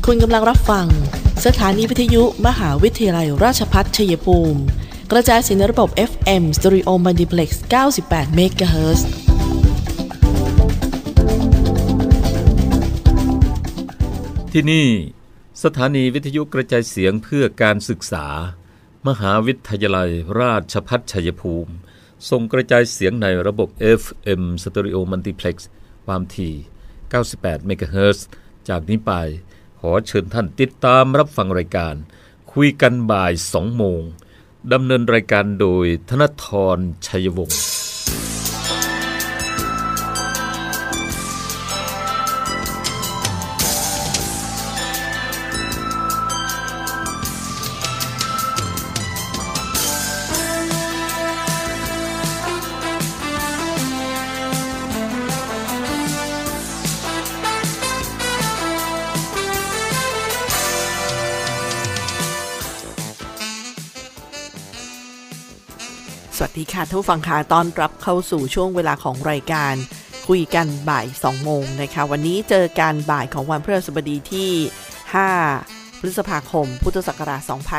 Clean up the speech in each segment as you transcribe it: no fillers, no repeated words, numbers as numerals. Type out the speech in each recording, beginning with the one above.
คุณกำลังรับฟังสถานีวิทยุมหาวิทยาลัยราชภัฏชัยภูมิกระจายเสียงในระบบ FM Stereo Multiplex 98 MHz ที่นี่สถานีวิทยุกระจายเสียงเพื่อการศึกษามหาวิทยาลัยราชภัฏชัยภูมิส่งกระจายเสียงในระบบ FM Stereo Multiplex ความถี่ 98 MHz จากนี้ไปขอเชิญท่านติดตามรับฟังรายการคุยกันบ่าย 2 โมงดำเนินรายการโดยธนธร ชัยวงศ์สวัสดีค่ะท่านผู้ฟังค่ะต้อนรับเข้าสู่ช่วงเวลาของรายการคุยกันบ่าย 2 โมงนะคะวันนี้เจอกันบ่ายของวันพฤหัสบดีที่ 5 พฤษภาคม พุทธศักราช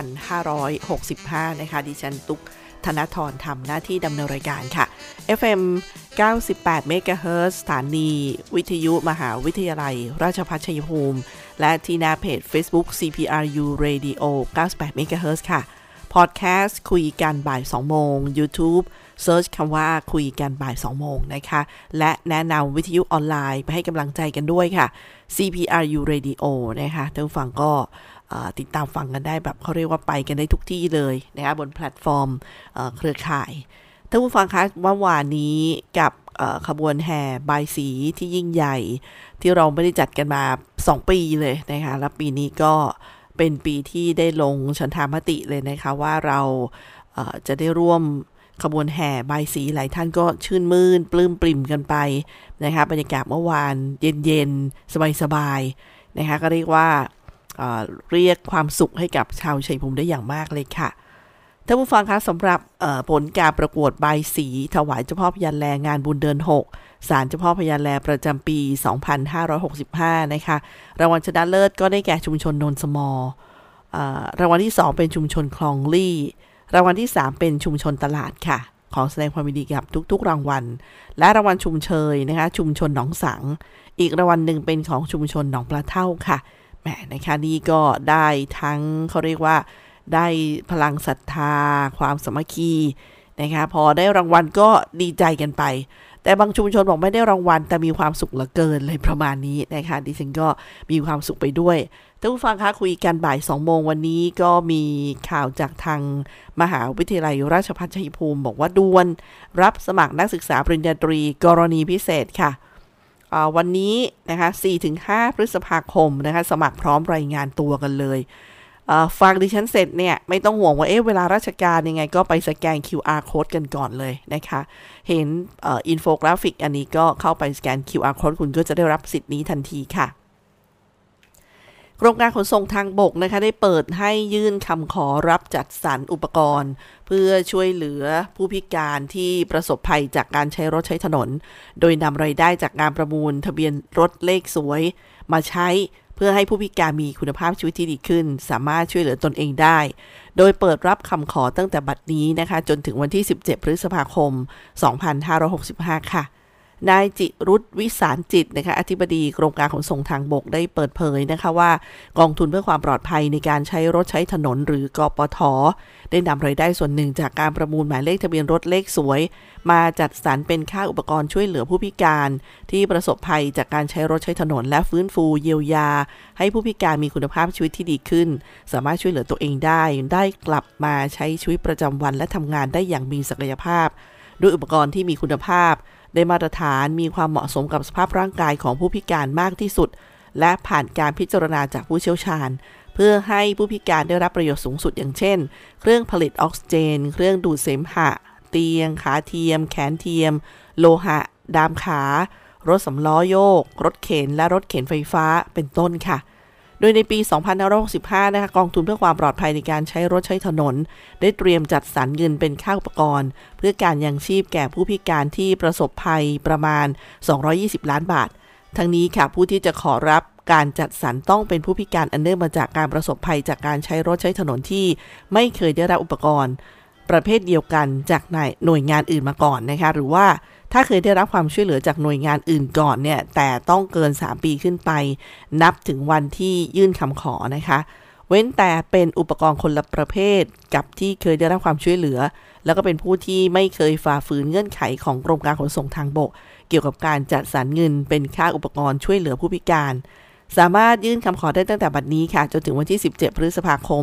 2565 นะคะดิฉันตุ๊กธนธรทำหน้าที่ดำเนินรายการค่ะ FM 98 MHz สถานีวิทยุมหาวิทยาลัยราชภัฏชัยภูมิและที่หน้าเพจ Facebook CPRU Radio 98 MHz ค่ะพอดแคสต์คุยกันบ่าย 2 โมง YouTube เซิร์ชคำว่าคุยกันบ่าย 2 โมงนะคะและแนะนำวิทยุออนไลน์ไปให้กำลังใจกันด้วยค่ะ CPRU Radio นะคะท่านผู้ฟังก็ติดตามฟังกันได้แบบเขาเรียกว่าไปกันได้ทุกที่เลยนะคะบนแพลตฟอร์มเครือข่ายท่านผู้ฟังคะเมื่อวานนี้กับขบวนแห่บายสีที่ยิ่งใหญ่ที่เราไม่ได้จัดกันมา2 ปีเลยนะคะแล้วปีนี้ก็เป็นปีที่ได้ลงฉันทามติเลยนะคะว่าเราจะได้ร่วมขบวนแห่บายสีหลายท่านก็ชื่นมื่นปลื้มปริ่มกันไปนะคะบรรยากาศเมื่อวานเย็นๆสบายๆนะคะก็เรียกว่าเรียกความสุขให้กับชาวชัยภูมิได้อย่างมากเลยค่ะท่านผู้ฟังคะสำหรับผลการประกวดบายสีถวายเจ้าพ่อพญาแลงานบุญเดือน6ศาลเจ้าพ่อพญาแลประจำปี 2565 นะคะรางวัลชนะเลิศก็ได้แก่ชุมชนโนนสมอรางวัลที่2เป็นชุมชนคลองลี่รางวัลที่3เป็นชุมชนตลาดค่ะขอแสดงความยินดีกับทุกๆรางวัลและรางวัลชุมเชยนะคะชุมชนหนองสังอีกรางวัลหนึ่งเป็นของชุมชนหนองปลาเท่าค่ะแหมนะคะนี่ก็ได้ทั้งเขาเรียกว่าได้พลังศรัทธาความสามัคคีนะคะพอได้รางวัลก็ดีใจกันไปแต่บางชุมชนบอกไม่ได้รางวัลแต่มีความสุขเหลือเกินเลยประมาณนี้นะคะดิฉันก็มีความสุขไปด้วยท่านผู้ฟังคะคุยกันบ่าย 2 โมงวันนี้ก็มีข่าวจากทางมหาวิทยาลัยราชภัฏชัยภูมิบอกว่าด่วนรับสมัครนักศึกษาปริญญาตรีกรณีพิเศษค่ะวันนี้นะคะ 4-5 พฤษภาคมนะคะสมัครพร้อมรายงานตัวกันเลยฟังดิฉันเสร็จเนี่ยไม่ต้องห่วงว่าเวลาราชการยังไงก็ไปสแกน QR code กันก่อนเลยนะคะเห็นอินโฟกราฟิกอันนี้ก็เข้าไปสแกน QR code คุณก็จะได้รับสิทธิ์นี้ทันทีค่ะกรมการขนส่งทางบกนะคะได้เปิดให้ยื่นคำขอรับจัดสรรอุปกรณ์เพื่อช่วยเหลือผู้พิการที่ประสบภัยจากการใช้รถใช้ถนนโดยนำรายได้จากงานประมูลทะเบียนรถเลขสวยมาใช้เพื่อให้ผู้พิการมีคุณภาพชีวิตที่ดีขึ้นสามารถช่วยเหลือตนเองได้โดยเปิดรับคำขอตั้งแต่บัดนี้นะคะจนถึงวันที่17 พฤษภาคม 2565 ค่ะนายจิรุตวิสารจิตนะคะอธิบดีกรมการขนส่งทางบกได้เปิดเผยนะคะว่ากองทุนเพื่อความปลอดภัยในการใช้รถใช้ถนนหรือกปท.ได้นำรายได้ส่วนหนึ่งจากการประมูลหมายเลขทะเบียนรถเลขสวยมาจัดสรรเป็นค่าอุปกรณ์ช่วยเหลือผู้พิการที่ประสบภัยจากการใช้รถใช้ถนนและฟื้นฟูเยียวยาให้ผู้พิการมีคุณภาพชีวิตที่ดีขึ้นสามารถช่วยเหลือตัวเองได้กลับมาใช้ชีวิตประจำวันและทำงานได้อย่างมีศักยภาพด้วยอุปกรณ์ที่มีคุณภาพได้มาตรฐานมีความเหมาะสมกับสภาพร่างกายของผู้พิการมากที่สุดและผ่านการพิจารณาจากผู้เชี่ยวชาญเพื่อให้ผู้พิการได้รับประโยชน์สูงสุดอย่างเช่นเครื่องผลิตออกซิเจนเครื่องดูดเสมหะเตียงขาเทียมแขนเทียมโลหะดามขารถสำล้อโยกรถเข็นและรถเข็นไฟฟ้าเป็นต้นค่ะ โดยในปี 2565 นะคะกองทุนเพื่อความปลอดภัยในการใช้รถใช้ถนนได้เตรียมจัดสรรเงินเป็นค่าอุปกรณ์เพื่อการยังชีพแก่ผู้พิการที่ประสบภัยประมาณ220ล้านบาททั้งนี้ค่ะผู้ที่จะขอรับการจัดสรรต้องเป็นผู้พิการอันเนื่องมาจากการประสบภัยจากการใช้รถใช้ถนนที่ไม่เคยได้รับอุปกรณ์ประเภทเดียวกันจากหน่วยงานอื่นมาก่อนนะคะหรือว่าถ้าเคยได้รับความช่วยเหลือจากหน่วยงานอื่นก่อนเนี่ยแต่ต้องเกิน3ปีขึ้นไปนับถึงวันที่ยื่นคำขอนะคะเว้นแต่เป็นอุปกรณ์คนละประเภทกับที่เคยได้รับความช่วยเหลือแล้วก็เป็นผู้ที่ไม่เคยฝ่าฝืนเงื่อนไขของกรมการขนส่งทางบกเกี่ยวกับการจัดสรรเงินเป็นค่าอุปกรณ์ช่วยเหลือผู้พิการสามารถยื่นคำขอได้ตั้งแต่บัดนี้ค่ะจนถึงวันที่17พฤษภาคม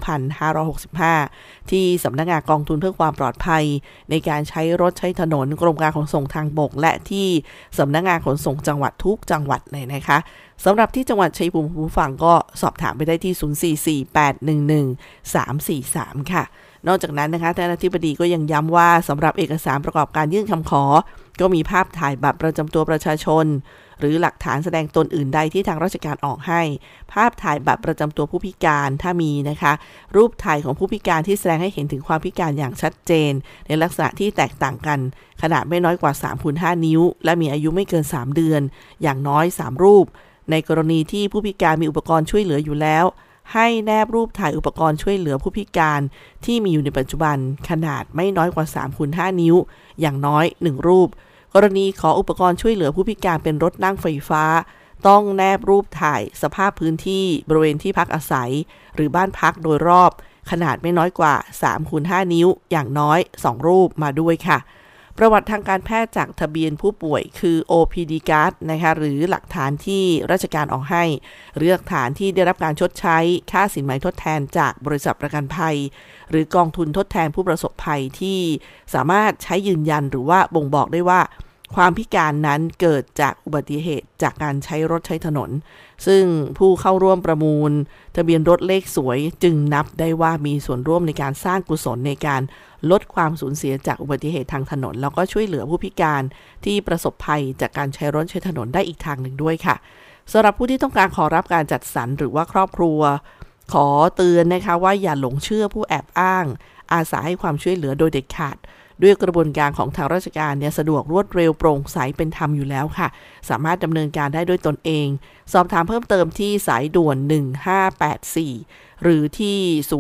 2565ที่สำนักงานกองทุนเพื่อความปลอดภัยในการใช้รถใช้ถนนกรมการขนส่งทางบกและที่สำนักงานขนส่งจังหวัดทุกจังหวัดเลยนะคะสำหรับที่จังหวัดชัยภูมิผู้ฟังก็สอบถามไปได้ที่0448111343ค่ะนอกจากนั้นนะคะท่านอธิบดีก็ยังย้ำว่าสำหรับเอกสารประกอบการยื่นคำขอก็มีภาพถ่ายบัตรประจำตัวประชาชนหรือหลักฐานแสดงตนอื่นใดที่ทางราชการออกให้ภาพถ่ายบัตรประจำตัวผู้พิการถ้ามีนะคะรูปถ่ายของผู้พิการที่แสดงให้เห็นถึงความพิการอย่างชัดเจนในลักษณะที่แตกต่างกันขนาดไม่น้อยกว่า 3x5 นิ้วและมีอายุไม่เกิน3เดือนอย่างน้อย3รูปในกรณีที่ผู้พิการมีอุปกรณ์ช่วยเหลืออยู่แล้วให้แนบรูปถ่ายอุปกรณ์ช่วยเหลือผู้พิการที่มีอยู่ในปัจจุบันขนาดไม่น้อยกว่า 3x5 นิ้วอย่างน้อย1รูปกรณีขออุปกรณ์ช่วยเหลือผู้พิการเป็นรถนั่งไฟฟ้าต้องแนบรูปถ่ายสภาพพื้นที่บริเวณที่พักอาศัยหรือบ้านพักโดยรอบขนาดไม่น้อยกว่า 3x5 นิ้วอย่างน้อย2รูปมาด้วยค่ะประวัติทางการแพทย์จากทะเบียนผู้ป่วยคือ OPD card นะคะหรือหลักฐานที่ราชการออกให้หรือหลักฐานที่ได้รับการชดใช้ค่าสินไหมทดแทนจากบริษัทประกันภัยหรือกองทุนทดแทนผู้ประสบภัยที่สามารถใช้ยืนยันหรือว่าบ่งบอกได้ว่าความพิการนั้นเกิดจากอุบัติเหตุจากการใช้รถใช้ถนนซึ่งผู้เข้าร่วมประมูลทะเบียนรถเลขสวยจึงนับได้ว่ามีส่วนร่วมในการสร้างกุศลในการลดความสูญเสียจากอุบัติเหตุทางถนนแล้วก็ช่วยเหลือผู้พิการที่ประสบภัยจากการใช้รถใช้ถนนได้อีกทางหนึ่งด้วยค่ะสำหรับผู้ที่ต้องการขอรับการจัดสรรหรือว่าครอบครัวขอเตือนนะคะว่าอย่าหลงเชื่อผู้แอบอ้างอาสาให้ความช่วยเหลือโดยเด็ดขาดด้วยกระบวนการของทางราชการเนี่ยสะดวกรวดเร็วโปร่งใสเป็นธรรมอยู่แล้วค่ะสามารถดำเนินการได้ด้วยตนเองสอบถามเพิ่มเติมที่สายด่วน1584หรือที่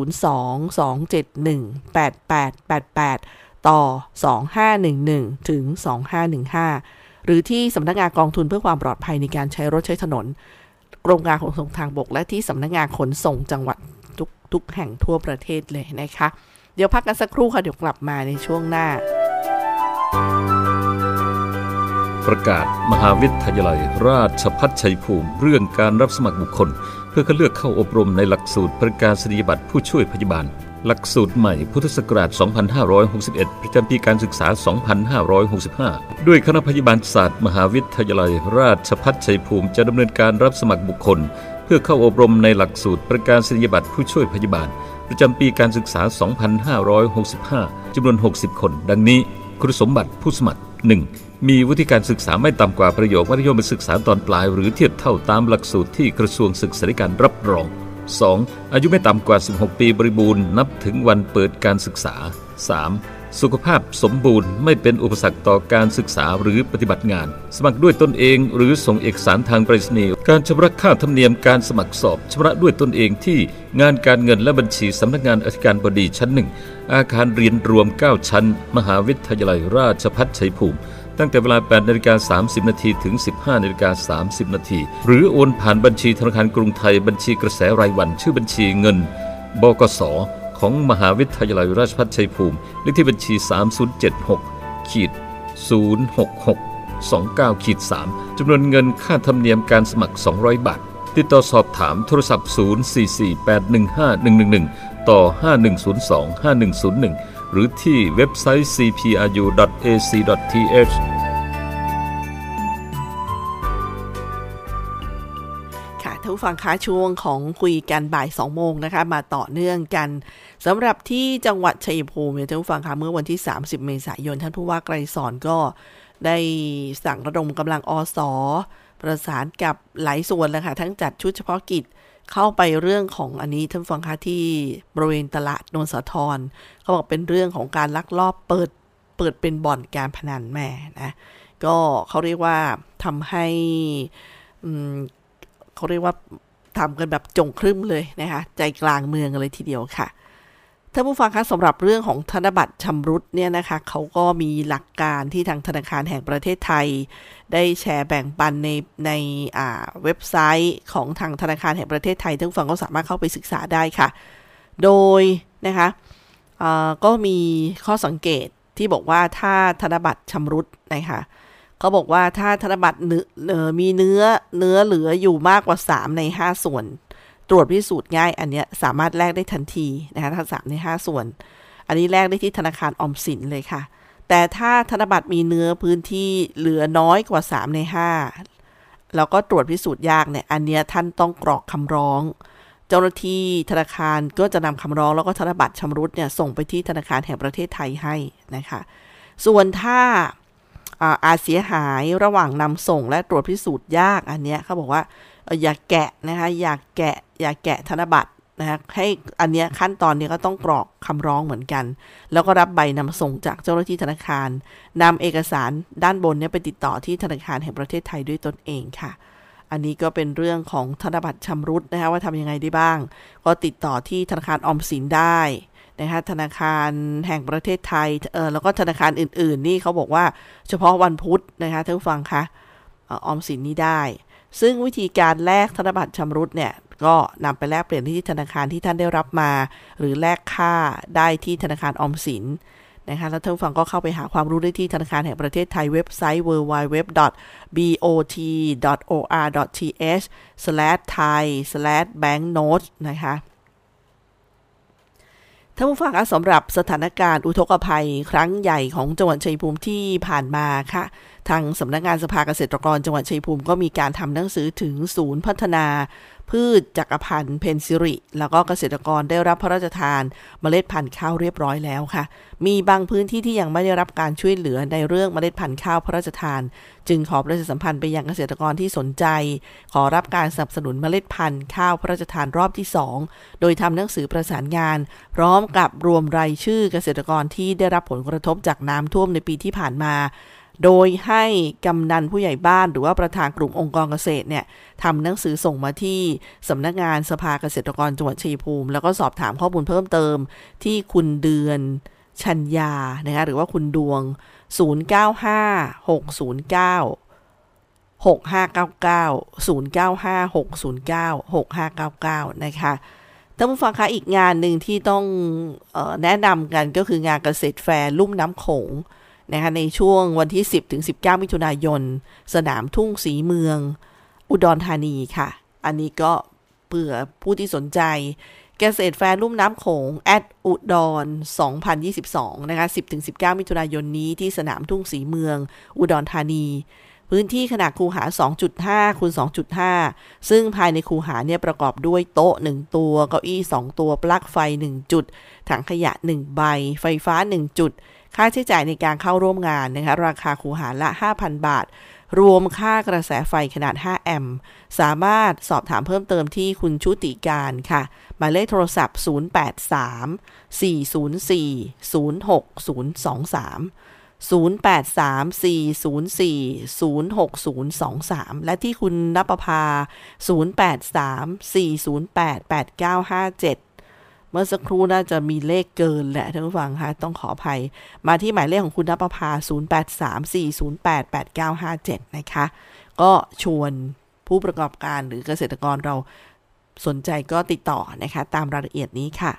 02-271-8888ต่อ2511ถึง2515หรือที่สำนักงานกองทุนเพื่อความปลอดภัยในการใช้รถใช้ถนนกรมการขนส่งทางบกและที่สำนักงานขนส่งจังหวัดทุกแห่งทั่วประเทศเลยนะคะเดี๋ยวพักกันสักครู่ค่ะเดี๋ยวกลับมาในช่วงหน้าประกาศมหาวิทยาลัยราชภัฏชัยภูมิเรื่องการรับสมัครบุคคลเพื่อคัดเลือกเข้าอบรมในหลักสูตรประกาศนียบัตรผู้ช่วยพยาบาลหลักสูตรใหม่พุทธศักราช 2561 ประจำปีการศึกษา 2565 ด้วยคณะพยาบาลศาสตร์มหาวิทยาลัยราชภัฏชัยภูมิจะดำเนินการรับสมัครบุคคลเพื่อเข้าอบรมในหลักสูตรประกาศนียบัตรผู้ช่วยพยาบาลประจำปีการศึกษา 2565 จำนวน 60 คนดังนี้คุณสมบัติผู้สมัคร 1. มีวุฒิการศึกษาไม่ต่ำกว่าประโยคมัธยมศึกษาตอนปลายหรือเทียบเท่าตามหลักสูตรที่กระทรวงศึกษาธิการรับรอง 2. อายุไม่ต่ำกว่า 16 ปีบริบูรณ์นับถึงวันเปิดการศึกษา 3. สุขภาพสมบูรณ์ไม่เป็นอุปสรรคต่อการศึกษาหรือปฏิบัติงานสมัครด้วยตนเองหรือส่งเอกสารทางไปรษณีย์การชำระค่าธรรมเนียมการสมัครสอบชำระด้วยตนเองที่งานการเงินและบัญชีสำนักงานอธิการบดีชั้น 1อาคารเรียนรวม9ชั้นมหาวิทยาลัยราชภัฏชัยภูมิตั้งแต่เวลา 8:30 น.ถึง 15:30 น.หรือโอนผ่านบัญชีธนาคารกรุงไทยบัญชีกระแสรายวันชื่อบัญชีเงินบกส.ของมหาวิทยาลัยราชภัฏชัยภูมิเลขที่บัญชี 3076-06629-3 จำนวนเงินค่าธรรมเนียมการสมัคร200 บาทติดต่อสอบถามโทรศัพท์ 044815111 ต่อ 5102-5101 หรือที่เว็บไซต์ cpru.ac.th ท่านผู้ฟังคะช่วงของคุยกันบ่าย 2 โมงนะคะมาต่อเนื่องกันสำหรับที่จังหวัดชัยภูมิท่านผู้ฟังคะเมื่อวันที่30 เมษายนท่านผู้ว่าไกรสอนก็ได้สั่งระดมกำลังอส.ประสานกับหลายส่วนแล้วค่ะทั้งจัดชุดเฉพาะกิจเข้าไปเรื่องของอันนี้ท่านผู้ฟังคะที่บริเวณตลาดโนนสาธรเขาบอกเป็นเรื่องของการลักลอบเปิดเป็นบ่อนการพนันแม่นะก็เขาเรียกว่าทำให้เขาเรียกว่าทำกันแบบจงครึ้มเลยนะคะใจกลางเมืองเลยทีเดียวค่ะท่านผู้ฟังคะสำหรับเรื่องของธนบัตรชำรุดเนี่ยนะคะเขาก็มีหลักการที่ทางธนาคารแห่งประเทศไทยได้แชร์แบ่งปันในเว็บไซต์ของทางธนาคารแห่งประเทศไทยท่านผู้ฟังก็สามารถเข้าไปศึกษาได้ค่ะโดยนะคะก็มีข้อสังเกตที่บอกว่าถ้าธนบัตรชำรุดนะคะเขาบอกว่าถ้าธนบัตรมีเนื้อเหลืออยู่มากกว่า3ใน5ส่วนตรวจพิสูจน์ง่ายอันเนี้ยสามารถแลกได้ทันทีนะคะถ้า3ใน5ส่วนอันนี้แลกได้ที่ธนาคารออมสินเลยค่ะแต่ถ้าธนบัตรมีเนื้อพื้นที่เหลือน้อยกว่า3ใน5แล้วก็ตรวจพิสูจน์ยากเนี่ยอันเนี้ยท่านต้องกรอกคำร้องเจ้าหน้าที่ธนาคารก็จะนำคำร้องแล้วก็ธนบัตรชำรุดเนี่ยส่งไปที่ธนาคารแห่งประเทศไทยให้นะคะส่วนถ้าอาจเสียหายระหว่างนำส่งและตรวจพิสูจน์ยากอันเนี้ยเขาบอกว่าอย่าแกะนะคะอย่าแกะธนบัตรนะคะให้อันเนี้ยขั้นตอนนี้ก็ต้องกรอกคำร้องเหมือนกันแล้วก็รับใบนำส่งจากเจ้าหน้าที่ธนาคารนำเอกสารด้านบนเนี่ยไปติดต่อที่ธนาคารแห่งประเทศไทยด้วยตนเองค่ะอันนี้ก็เป็นเรื่องของธนบัตรชำรุดนะคะว่าทำยังไงได้บ้างก็ติดต่อที่ธนาคารออมสินได้นะคะธนาคารแห่งประเทศไทยแล้วก็ธนาคารอื่นๆนี่เขาบอกว่าเฉพาะวันพุธนะคะท่านผู้ฟังคะออมสินนี่ได้ซึ่งวิธีการแลกธนบัตรชำรุดเนี่ยก็นำไปแลกเปลี่ยนที่ธนาคารที่ท่านได้รับมาหรือแลกค่าได้ที่ธนาคารออมสินนะคะแล้วท่านผู้ฟังก็เข้าไปหาความรู้ได้ที่ธนาคารแห่งประเทศไทยเว็บไซต์ www.bot.or.th/thai/banknotes นะคะท่านผู้ฟังคะสำหรับสถานการณ์อุทกภัยครั้งใหญ่ของจังหวัดชัยภูมิที่ผ่านมาค่ะทางสำนักงานสภาเกษตรกรจังหวัดชัยภูมิก็มีการทำหนังสือถึงศูนย์พัฒนาพืชจักรพันธุ์เพนซิริแล้วก็เกษตรกรได้รับพระราชทานเมล็ดพันธุ์ข้าวเรียบร้อยแล้วค่ะมีบางพื้นที่ที่ยังไม่ได้รับการช่วยเหลือในเรื่องเมล็ดพันธุ์ข้าวพระราชทานจึงขอประชาสัมพันธ์ไปยังเกษตรกรที่สนใจขอรับการสนับสนุนเมล็ดพันธุ์ข้าวพระราชทานรอบที่2โดยทำหนังสือประสานงานพร้อมกับรวมรายชื่อเกษตรกรที่ได้รับผลกระทบจากน้ำท่วมในปีที่ผ่านมาโดยให้กำนันผู้ใหญ่บ้านหรือว่าประธานกลุ่มองค์กรเกษตรเนี่ยทำหนังสือส่งมาที่สำนักงานสภาเกษตรกรจังหวัดชัยภูมิแล้วก็สอบถามข้อมูลเพิ่มเติมที่คุณเดือนชัญญานะคะหรือว่าคุณดวง0956096599 นะคะท่านผู้ฟังคะอีกงานหนึ่งที่ต้องแนะนำกันก็คืองานเกษตรแฟร์ลุ่มน้ำโขงนะคะในช่วงวันที่10ถึง19มิถุนายนสนามทุ่งศรีเมืองอุดรธานีค่ะอันนี้ก็เผื่อผู้ที่สนใจเกษตรแฟร์ลุ่มน้ำโขงอุดร2022นะคะ10ถึง19มิถุนายนนี้ที่สนามทุ่งศรีเมืองอุดรธานีพื้นที่ขนาดคูหา 2.5 คูณ 2.5 ซึ่งภายในคูหาเนี่ยประกอบด้วยโต๊ะ1ตัวเก้าอี้2ตัวปลั๊กไฟ1จุดถังขยะ1ใบไฟฟ้า1จุดค่าใช้จ่ายในการเข้าร่วมงานนะคะราคาคูหาละ 5,000 บาทรวมค่ากระแสไฟขนาด5แอมป์สามารถสอบถามเพิ่มเติมที่คุณชุติการค่ะหมายเลขโทรศัพท์0834046023 และที่คุณณปภา0834088957เมื่อสักครู่น่าจะมีเลขเกินแหละท่านผู้ฟังคะต้องขออภัยมาที่หมายเลขของคุณณปภา0834088957นะคะก็ชวนผู้ประกอบการหรือเกษตรกรเราสนใจก็ติดต่อนะคะตามรายละเอียดนี้ค่ะ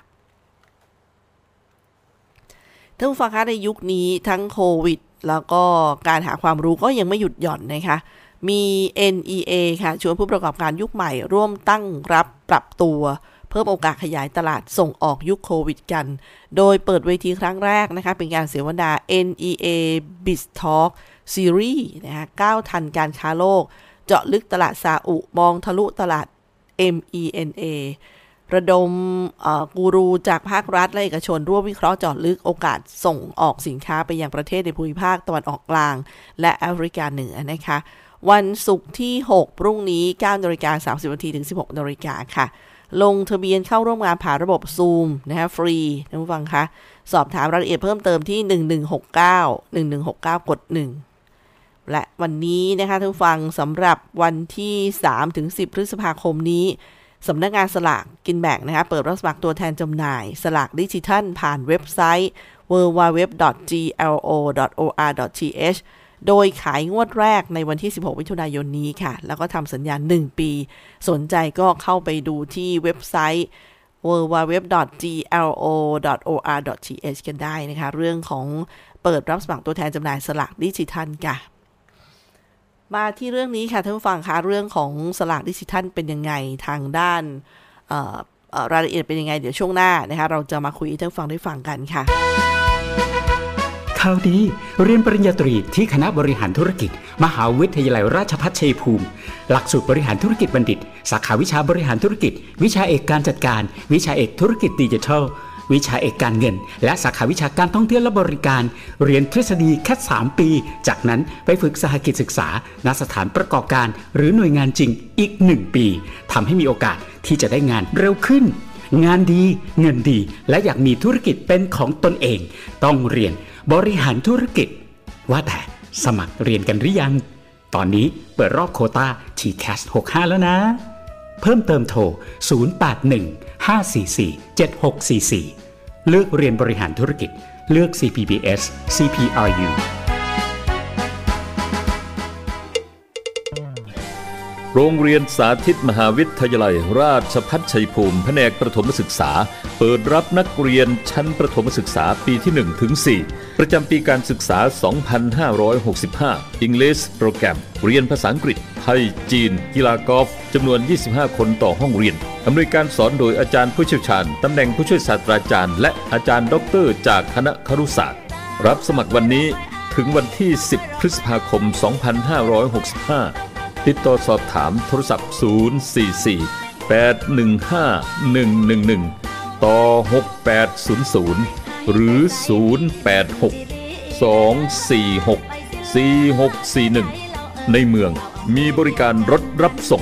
ท่านผู้ฟังคะในยุคนี้ทั้งโควิดแล้วก็การหาความรู้ก็ยังไม่หยุดหย่อนนะคะมี NEA ค่ะชวนผู้ประกอบการยุคใหม่ร่วมตั้งรับปรับตัวเพิ่มโอกาสขยายตลาดส่งออกยุคโควิดกันโดยเปิดเวทีครั้งแรกนะคะเป็นการเสวนา NEA Biz Talk Series นะคะก้าวทันการค้าโลกเจาะลึกตลาดซาอุมองทะลุตลาด MENA ระดมกูรูจากภาครัฐและเอกชนร่วมวิเคราะห์เจาะลึกโอกาสส่งออกสินค้าไปยังประเทศในภูมิภาคตะวันออกกลางและแอฟริกาเหนือนะคะวันศุกร์ที่6พรุ่งนี้ 9:30 น. ถึง 16:00 น. ค่ะลงทะเบียนเข้าร่วมงานผ่านระบบ Zoom นะคะฟรีท่านผู้ฟังคะสอบถามรายละเอียดเพิ่มเติมที่1169 1169กด1 และวันนี้นะคะท่านผู้ฟังสำหรับวันที่ 3-10 พฤษภาคมนี้สำนักงานสลากกินแบ่งนะคะเปิดรับสมัครตัวแทนจำหน่ายสลากดิจิทัลผ่านเว็บไซต์ www.glo.or.th โดยขายงวดแรกในวันที่ 16 มิถุนายนนี้ค่ะแล้วก็ทำสัญญา1 ปีสนใจก็เข้าไปดูที่เว็บไซต์ www.glo.or.th กันได้นะคะเรื่องของเปิดรับสมัครตัวแทนจำหน่ายสลากดิจิทัลค่ะมาที่เรื่องนี้ค่ะท่านผู้ฟังคะเรื่องของสลากดิจิทัลเป็นยังไงทางด้านรายละเอียดเป็นยังไงเดี๋ยวช่วงหน้านะคะเราจะมาคุยให้ท่านผู้ฟังได้ฟังกันค่ะข่าวดีเรียนปริญญาตรีที่คณะบริหารธุรกิจมหาวิทยาลัยราชภัฏชัยภูมิหลักสูตรบริหารธุรกิจบัณฑิตสาขาวิชาบริหารธุรกิจวิชาเอกการจัดการวิชาเอกธุรกิจดิจิทัลวิชาเอกการเงินและสาขาวิชาการท่องเที่ยวและบริการเรียนทฤษฎีแค่3 ปีจากนั้นไปฝึกสหกิจศึกษาณสถานประกอบการหรือหน่วยงานจริงอีก1 ปีทำให้มีโอกาสที่จะได้งานเร็วขึ้นงานดีเงินดีและอยากมีธุรกิจเป็นของตนเองต้องเรียนบริหารธุรกิจว่าแต่สมัครเรียนกันหรือยังตอนนี้เปิดรอบโควต้า TCAS 65แล้วนะเพิ่มเติมโทร0815447644เลือกเรียนบริหารธุรกิจเลือก CPBS CPRU โรงเรียนสาธิตมหาวิทยาลัยราชภัฏชัยภูมิแผนกประถมศึกษาเปิดรับนักเรียนชั้นประถมศึกษาปีที่ 1-4 ประจำปีการศึกษา 2565 English โปรแกรมเรียนภาษาอังกฤษไทยจีนกีฬากอล์ฟจำนวน 25 คนต่อห้องเรียนอำนวยการสอนโดยอาจารย์ผู้เชี่ยวชาญตำแหน่งผู้ช่วยศาสตราจารย์และอาจารย์ด็อกเตอร์จากคณะครุศาสตร์รับสมัครวันนี้ถึงวันที่ 10 พฤษภาคม 2565ติดต่อสอบถามโทรศัพท์ 044-815-111 ต่อ 6800 หรือ 086-246-4641 ในเมืองมีบริการรถรับส่ง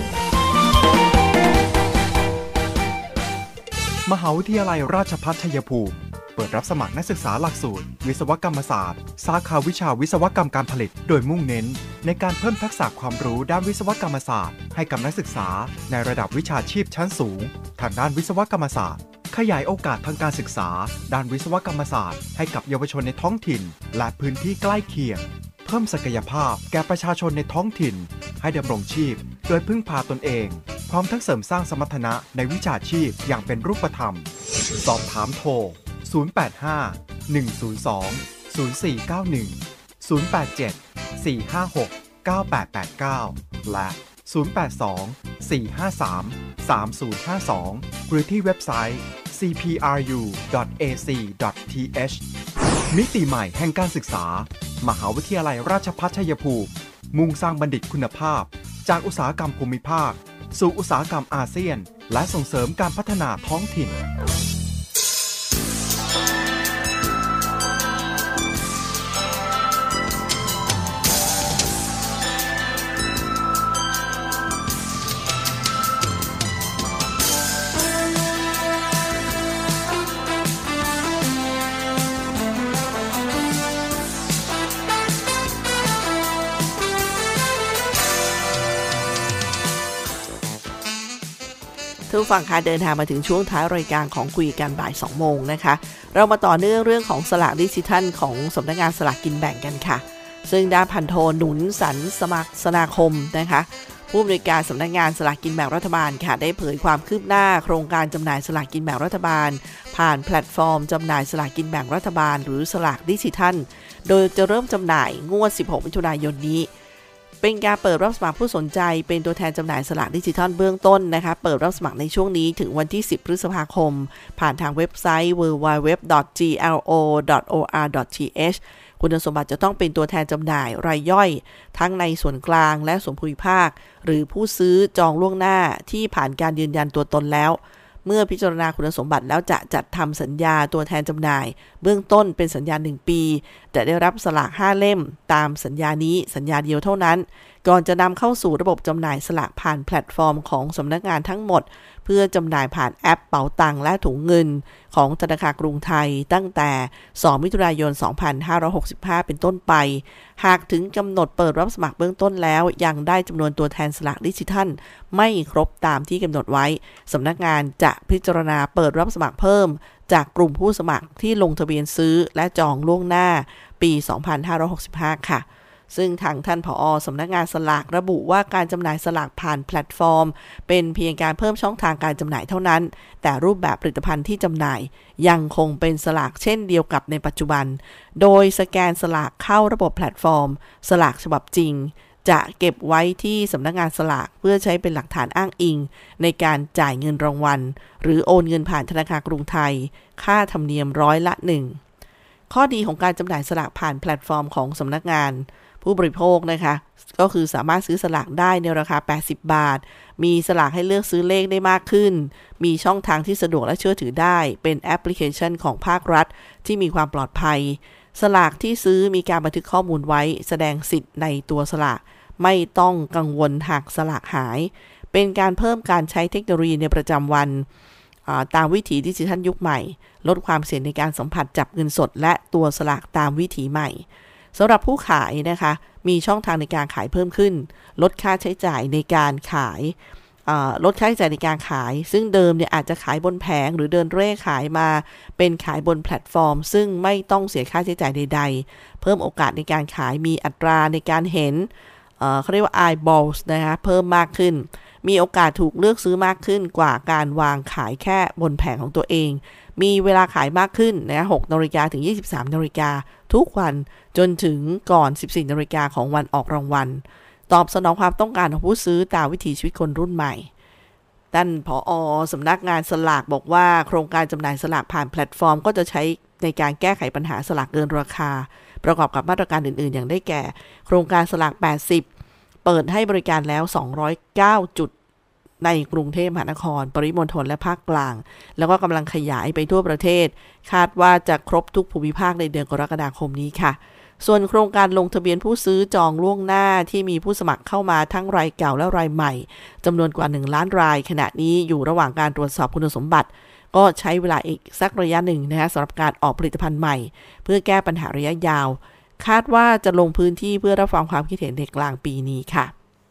มหาวิทยาลัยราชภัฏชัยภูมิเปิดรับสมัครนักศึกษาหลักสูตรวิศวกรรมศาสตร์สาขาวิชาวิศวกรรมการผลิตโดยมุ่งเน้นในการเพิ่มทักษะความรู้ด้านวิศวกรรมศาสตร์ให้กับนักศึกษาในระดับวิชาชีพชั้นสูงทางด้านวิศวกรรมศาสตร์ขยายโอกาสทางการศึกษาด้านวิศวกรรมศาสตร์ให้กับเยาวชนในท้องถิ่นและพื้นที่ใกล้เคียงเพิ่มศักยภาพแก่ประชาชนในท้องถิ่นให้ดำรงชีพโดยพึ่งพาตนเองพร้อมทั้งเสริมสร้างสมรรถนะในวิชาชีพอย่างเป็นรูปธรรมสอบถามโทร085-102-0491 087-456-9889 และ 082-453-3052 หรือที่เว็บไซต์ cpru.ac.th มิติใหม่แห่งการศึกษามหาวิทยาลัยราชภัฏชัยภูมิมุ่งสร้างบัณฑิตคุณภาพจากอุตสาหกรรมภูมิภาคสู่อุตสาหกรรมอาเซียนและส่งเสริมการพัฒนาท้องถิ่นทุกฝั่งค่ะเดินทางมาถึงช่วงท้ายรายการของคุยกันบ่าย 2 โมงนะคะเรามาต่อเนื่องเรื่องของสลากดิจิทัลของสำนักงานสลากกินแบ่งกันค่ะซึ่งด้านพันโทหนุนสรรสมัครสนาคมนะคะผู้อำนวยการสำนักงานสลากกินแบ่งรัฐบาลค่ะได้เผยความคืบหน้าโครงการจำหน่ายสลากกินแบ่งรัฐบาลผ่านแพลตฟอร์มจำหน่ายสลากกินแบ่งรัฐบาลหรือสลากดิจิทัลโดยจะเริ่มจำหน่ายงวด 16 มิถุนายนนี้เป็นการเปิดรับสมัครผู้สนใจเป็นตัวแทนจำหน่ายสลากดิจิทัลเบื้องต้นนะคะเปิดรับสมัครในช่วงนี้ถึงวันที่ 10 พฤษภาคมผ่านทางเว็บไซต์ www.glo.or.th คุณสมบัติจะต้องเป็นตัวแทนจำหน่ายรายย่อยทั้งในส่วนกลางและส่วนภูมิภาคหรือผู้ซื้อจองล่วงหน้าที่ผ่านการยืนยันตัวตนแล้วเมื่อพิจารณาคุณสมบัติแล้วจะจัดทำสัญญาตัวแทนจำหน่ายเบื้องต้นเป็นสัญญา1 ปีจะได้รับสลาก5เล่มตามสัญญานี้สัญญาเดียวเท่านั้นก่อนจะนำเข้าสู่ระบบจำหน่ายสลากผ่านแพลตฟอร์มของสำนักงานทั้งหมดเพื่อจำหน่ายผ่านแอปเป๋าตังและถุงเงินของธนาคารกรุงไทยตั้งแต่2มิถุนายน2565เป็นต้นไปหากถึงกำหนดเปิดรับสมัครเบื้องต้นแล้วยังได้จำนวนตัวแทนสลากดิจิทัลไม่ครบตามที่กำหนดไว้สำนักงานจะพิจารณาเปิดรับสมัครเพิ่มจากกลุ่มผู้สมัครที่ลงทะเบียนซื้อและจองล่วงหน้าปี2565ค่ะซึ่งทางท่านผอ.สำนักงานสลากระบุว่าการจำหน่ายสลากผ่านแพลตฟอร์มเป็นเพียงการเพิ่มช่องทางการจำหน่ายเท่านั้นแต่รูปแบบผลิตภัณฑ์ที่จำหน่ายยังคงเป็นสลากเช่นเดียวกับในปัจจุบันโดยสแกนสลากเข้าระบบแพลตฟอร์มสลากฉบับจริงจะเก็บไว้ที่สำนักงานสลากเพื่อใช้เป็นหลักฐานอ้างอิงในการจ่ายเงินรางวัลหรือโอนเงินผ่านธนาคารกรุงไทยค่าธรรมเนียม1%ข้อดีของการจำหน่ายสลากผ่านแพลตฟอร์มของสำนักงานผู้บริโภคนะคะก็คือสามารถซื้อสลากได้ในราคา80 บาทมีสลากให้เลือกซื้อเลขได้มากขึ้นมีช่องทางที่สะดวกและเชื่อถือได้เป็นแอปพลิเคชันของภาครัฐที่มีความปลอดภัยสลากที่ซื้อมีการบันทึกข้อมูลไว้แสดงสิทธิ์ในตัวสลากไม่ต้องกังวลหากสลากหายเป็นการเพิ่มการใช้เทคโนโลยีในประจำวันตามวิถีดิจิทัลยุคใหม่ลดความเสี่ยงในการสัมผัสจับเงินสดและตัวสลากตามวิถีใหม่สำหรับผู้ขายนะคะมีช่องทางในการขายเพิ่มขึ้นลดค่าใช้จ่ายในการขายลดค่าใช้จ่ายในการขายซึ่งเดิมเนี่ยอาจจะขายบนแผงหรือเดินเร่ขายมาเป็นขายบนแพลตฟอร์มซึ่งไม่ต้องเสียค่าใช้จ่ายใดๆเพิ่มโอกาสในการขายมีอัตราในการเห็นเขาเรียกว่า eyeballs นะคะเพิ่มมากขึ้นมีโอกาสถูกเลือกซื้อมากขึ้นกว่าการวางขายแค่บนแผงของตัวเองมีเวลาขายมากขึ้นนะ6 น.ถึง 23 น.ทุกวันจนถึงก่อน 14 น.ของวันออกรางวัลตอบสนองความต้องการของผู้ซื้อตามวิถีชีวิตคนรุ่นใหม่ท่านผอ.สำนักงานสลากบอกว่าโครงการจำหน่ายสลากผ่านแพลตฟอร์มก็จะใช้ในการแก้ไขปัญหาสลากเกินราคาประกอบกับมาตรการอื่นๆอย่างได้แก่โครงการสลาก80เปิดให้บริการแล้ว209จุดในกรุงเทพมหานครปริมณฑลและภาคกลางแล้วก็กำลังขยายไปทั่วประเทศคาดว่าจะครบทุกภูมิภาคในเดือนกรกฎาคมนี้ค่ะส่วนโครงการลงทะเบียนผู้ซื้อจองล่วงหน้าที่มีผู้สมัครเข้ามาทั้งรายเก่าและรายใหม่จำนวนกว่า1 ล้านรายขณะนี้อยู่ระหว่างการตรวจสอบคุณสมบัติก็ใช้เวลาอีกสักระยะหนึ่งนะคะสำหรับการออกผลิตภัณฑ์ใหม่เพื่อแก้ปัญหาระยะยาวคาดว่าจะลงพื้นที่เพื่อรับฟังความคิดเห็นในกลางปีนี้ค่ะ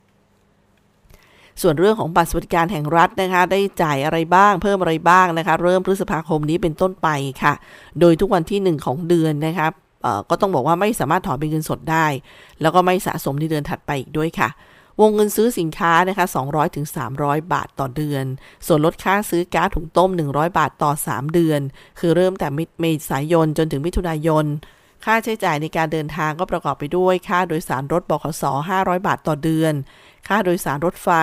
ส่วนเรื่องของบัตรสวัสดิการแห่งรัฐนะคะได้จ่ายอะไรบ้างเพิ่มอะไรบ้างนะคะเริ่มพฤษภาคมนี้เป็นต้นไปค่ะโดยทุกวันที่1ของเดือนนะคะก็ต้องบอกว่าไม่สามารถถอนเป็นเงินสดได้แล้วก็ไม่สะสมในเดือนถัดไปอีกด้วยค่ะวงเงินซื้อสินค้านะคะ200 ถึง 300 บาทต่อเดือนส่วนลดค่าซื้อก๊าซถุงต้ม100 บาทต่อ3เดือนคือเริ่มแต่เมษายนจนถึงมิถุนายนค่าใช้จ่ายในการเดินทางก็ประกอบไปด้วยค่าโดยสารรถบขส500 บาทต่อเดือนค่าโดยสารรถไฟ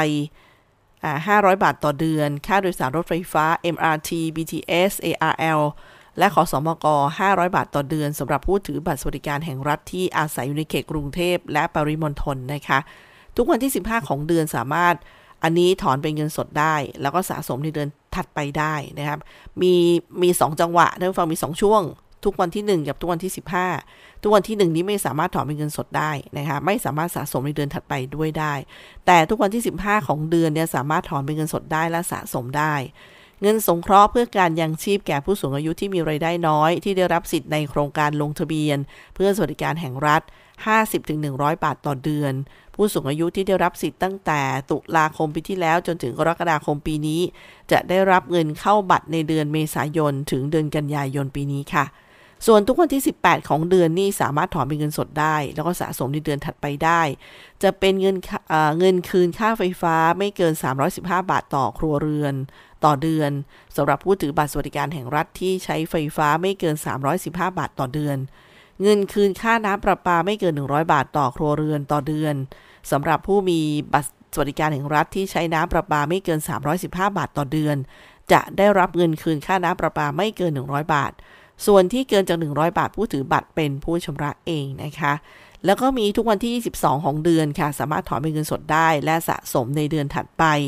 500 บาทต่อเดือนค่าโดยสารรถไฟฟ้า MRT BTS ARL และขสมก500 บาทต่อเดือนสำหรับผู้ถือบัตรสวัสดิการแห่งรัฐที่อาศัยอยู่ในเขตกรุงเทพและปริมณฑลนะคะทุกวันที่15ของเดือนสามารถอันนี้ถอนเป็นเงินสดได้แล้วก็สะสมในเดือนถัดไปได้นะครับมี2จังหวะท่านผู้ฟังมี2ช่วงทุกวันที่1กับทุกวันที่15ทุกวันที่1นี้ไม่สามารถถอนเป็นเงินสดได้นะคะไม่สามารถสะสมในเดือนถัดไปด้วยได้แต่ทุกวันที่15ของเดือนเนี่ยสามารถถอนเป็นเงินสดได้และสะสมได้เงินสงเคราะห์เพื่อการยังชีพแก่ผู้สูงอายุที่มีรายได้น้อยที่ได้รับสิทธิ์ในโครงการลงทะเบียนเพื่อสวัสดิการแห่งรัฐ 50-100 บาทต่อเดือนผู้สูงอายุที่ได้รับสิทธิ์ตั้งแต่ตุลาคมปีที่แล้วจนถึงกรกฎาคมปีนี้จะได้รับเงินเข้าบัตรในเดือนเมษายนถึงเดือนกันยายนปีนี้ค่ะส่วนทุกวันที่18ของเดือนนี่สามารถถอนเป็นเงินสดได้แล้วก็สะสมในเดือนถัดไปได้จะเป็นเงินคืนค่าไฟฟ้าไม่เกิน315 บาทต่อครัวเรือนต่อเดือนสำหรับผู้ถือบัตรสวัสดิการแห่งรัฐที่ใช้ไฟฟ้าไม่เกิน315 บาทต่อเดือนเงินคืนค่าน้ำประปาไม่เกิน100 บาทต่อครัวเรือนต่อเดือนสำหรับผู้มีบัตรสวัสดิการแห่งรัฐที่ใช้น้ำประปาไม่เกิน315 บาทต่อเดือนจะได้รับเงินคืนค่าน้ำประปาไม่เกิน100 บาทส่วนที่เกินจาก100 บาทผู้ถือบัตรเป็นผู้ชำระเองนะคะแล้วก็มีทุกวันที่22ของเดือนค่ะสามารถถอนเป็นเงินสดได้และสะสมในเดือนถัดไป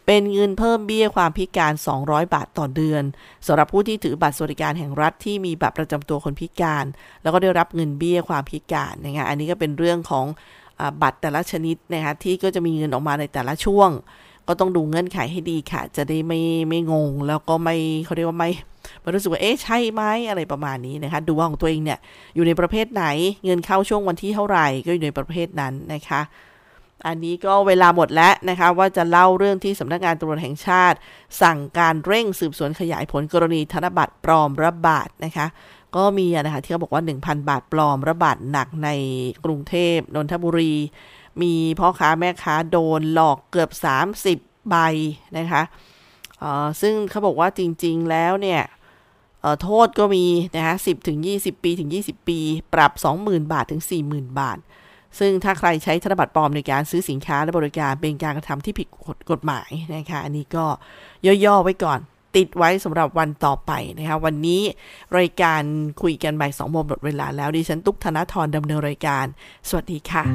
เป็นเงินเพิ่มเบี้ยความพิการ200 บาทต่อเดือนสำหรับผู้ที่ถือบัตรสวัสดิการแห่งรัฐที่มีบัตรประจำตัวคนพิการแล้วก็ได้รับเงินเบี้ยความพิการนะคะอันนี้ก็เป็นเรื่องของบัตรแต่ละชนิดนะคะที่ก็จะมีเงินออกมาในแต่ละช่วงก็ต้องดูเงื่อนไขให้ดีค่ะจะได้ไม่งงแล้วก็ไม่เขาเรียกว่าไม่รู้สึกว่าใช่ไหมอะไรประมาณนี้นะคะดูว่าของตัวเองเนี่ยอยู่ในประเภทไหนเงินเข้าช่วงวันที่เท่าไหร่ก็อยู่ในประเภทนั้นนะคะอันนี้ก็เวลาหมดแล้วนะคะว่าจะเล่าเรื่องที่สำนักงานตำรวจแห่งชาติสั่งการเร่งสืบสวนขยายผลกรณีธนบัตรปลอมระบาดนะคะก็มีนะคะที่เขาบอกว่า 1,000 บาทปลอมระบาดหนักในกรุงเทพนนทบุรีมีพ่อค้าแม่ค้าโดนหลอกเกือบ30ใบนะคะซึ่งเขาบอกว่าจริงๆแล้วเนี่ยโทษก็มีนะคะ10 ถึง 20 ปีถึง 20 ปีปรับ 20,000 บาทถึง 40,000 บาทซึ่งถ้าใครใช้ธนบัตรปลอมในการซื้อสินค้าและบริการเป็นการกระทำที่ผิดกฎหมายนะคะอันนี้ก็ย่อๆไว้ก่อนติดไว้สำหรับวันต่อไปนะคะวันนี้รายการคุยกันบ่าย 2 โมงหมดเวลาแล้วดิฉันตุ๊กธนธรดำเนินรายการสวัสดีค่ะ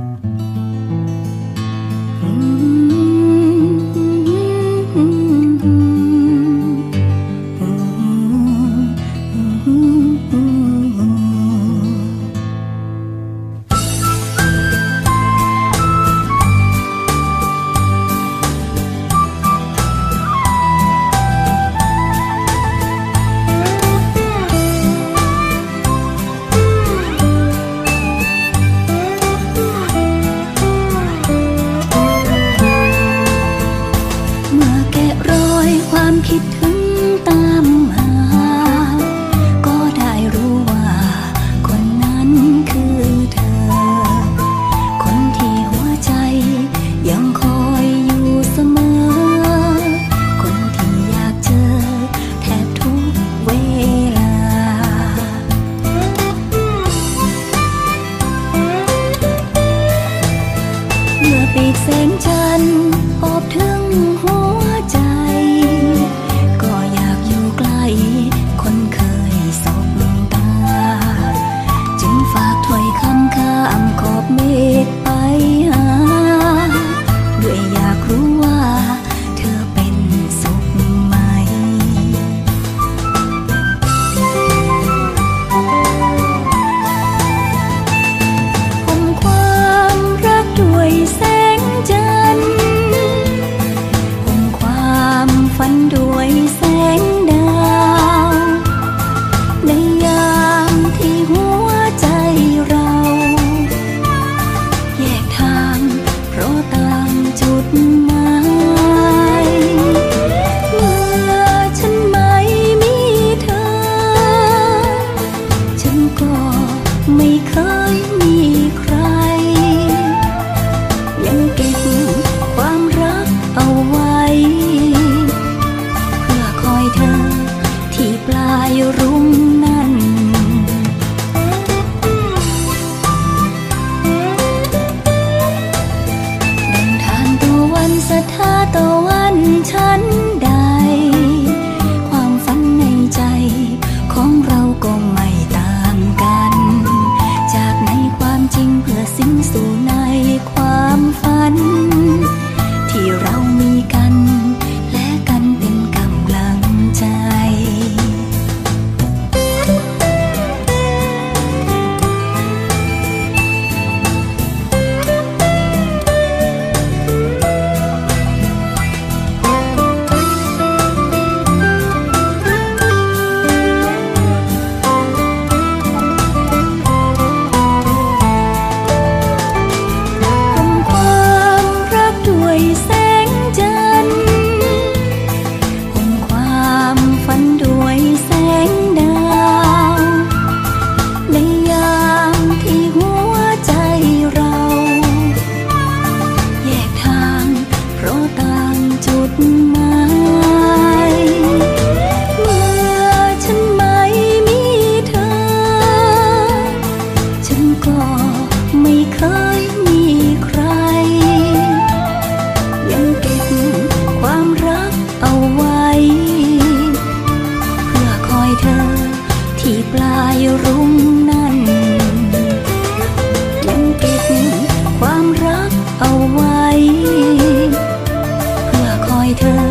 คิดถึงตามหาก็ได้รู้ว่าคนนั้นคือเธอคนที่หัวใจยังคอยอยู่เสมอคนที่อยากเจอแทบทุกเวลาเมื่อปีกแสงจันทร์ออบถึงหัวใจคนเคยสบตาจึงฝากถ้อยคำข้ามขอบเมฆไปหาด้วยอยากรู้ว่าเธอเป็นสุขไหมห่มความรักด้วยแสงจันทร์ห่มความฝันด้วยแสงดาวในยามที่หัวใจเราแยกทางเพราะต่างจุดหมายเมื่อฉันไม่มีเธอฉันก็ไม่เคยมีใครยังเก็บความรักเอาไว้เพื่อคอยเธอที่ปลายรุ่งนั้นดังทานตะวันสะท้าตะวันฉันใดความฝันในใจของเราก็ไม่ต่างกันจากในความจริงเพื่อสิ้นสู่ในความฝันที่เรามีกันและกันเป็นกำลังใจเเธอ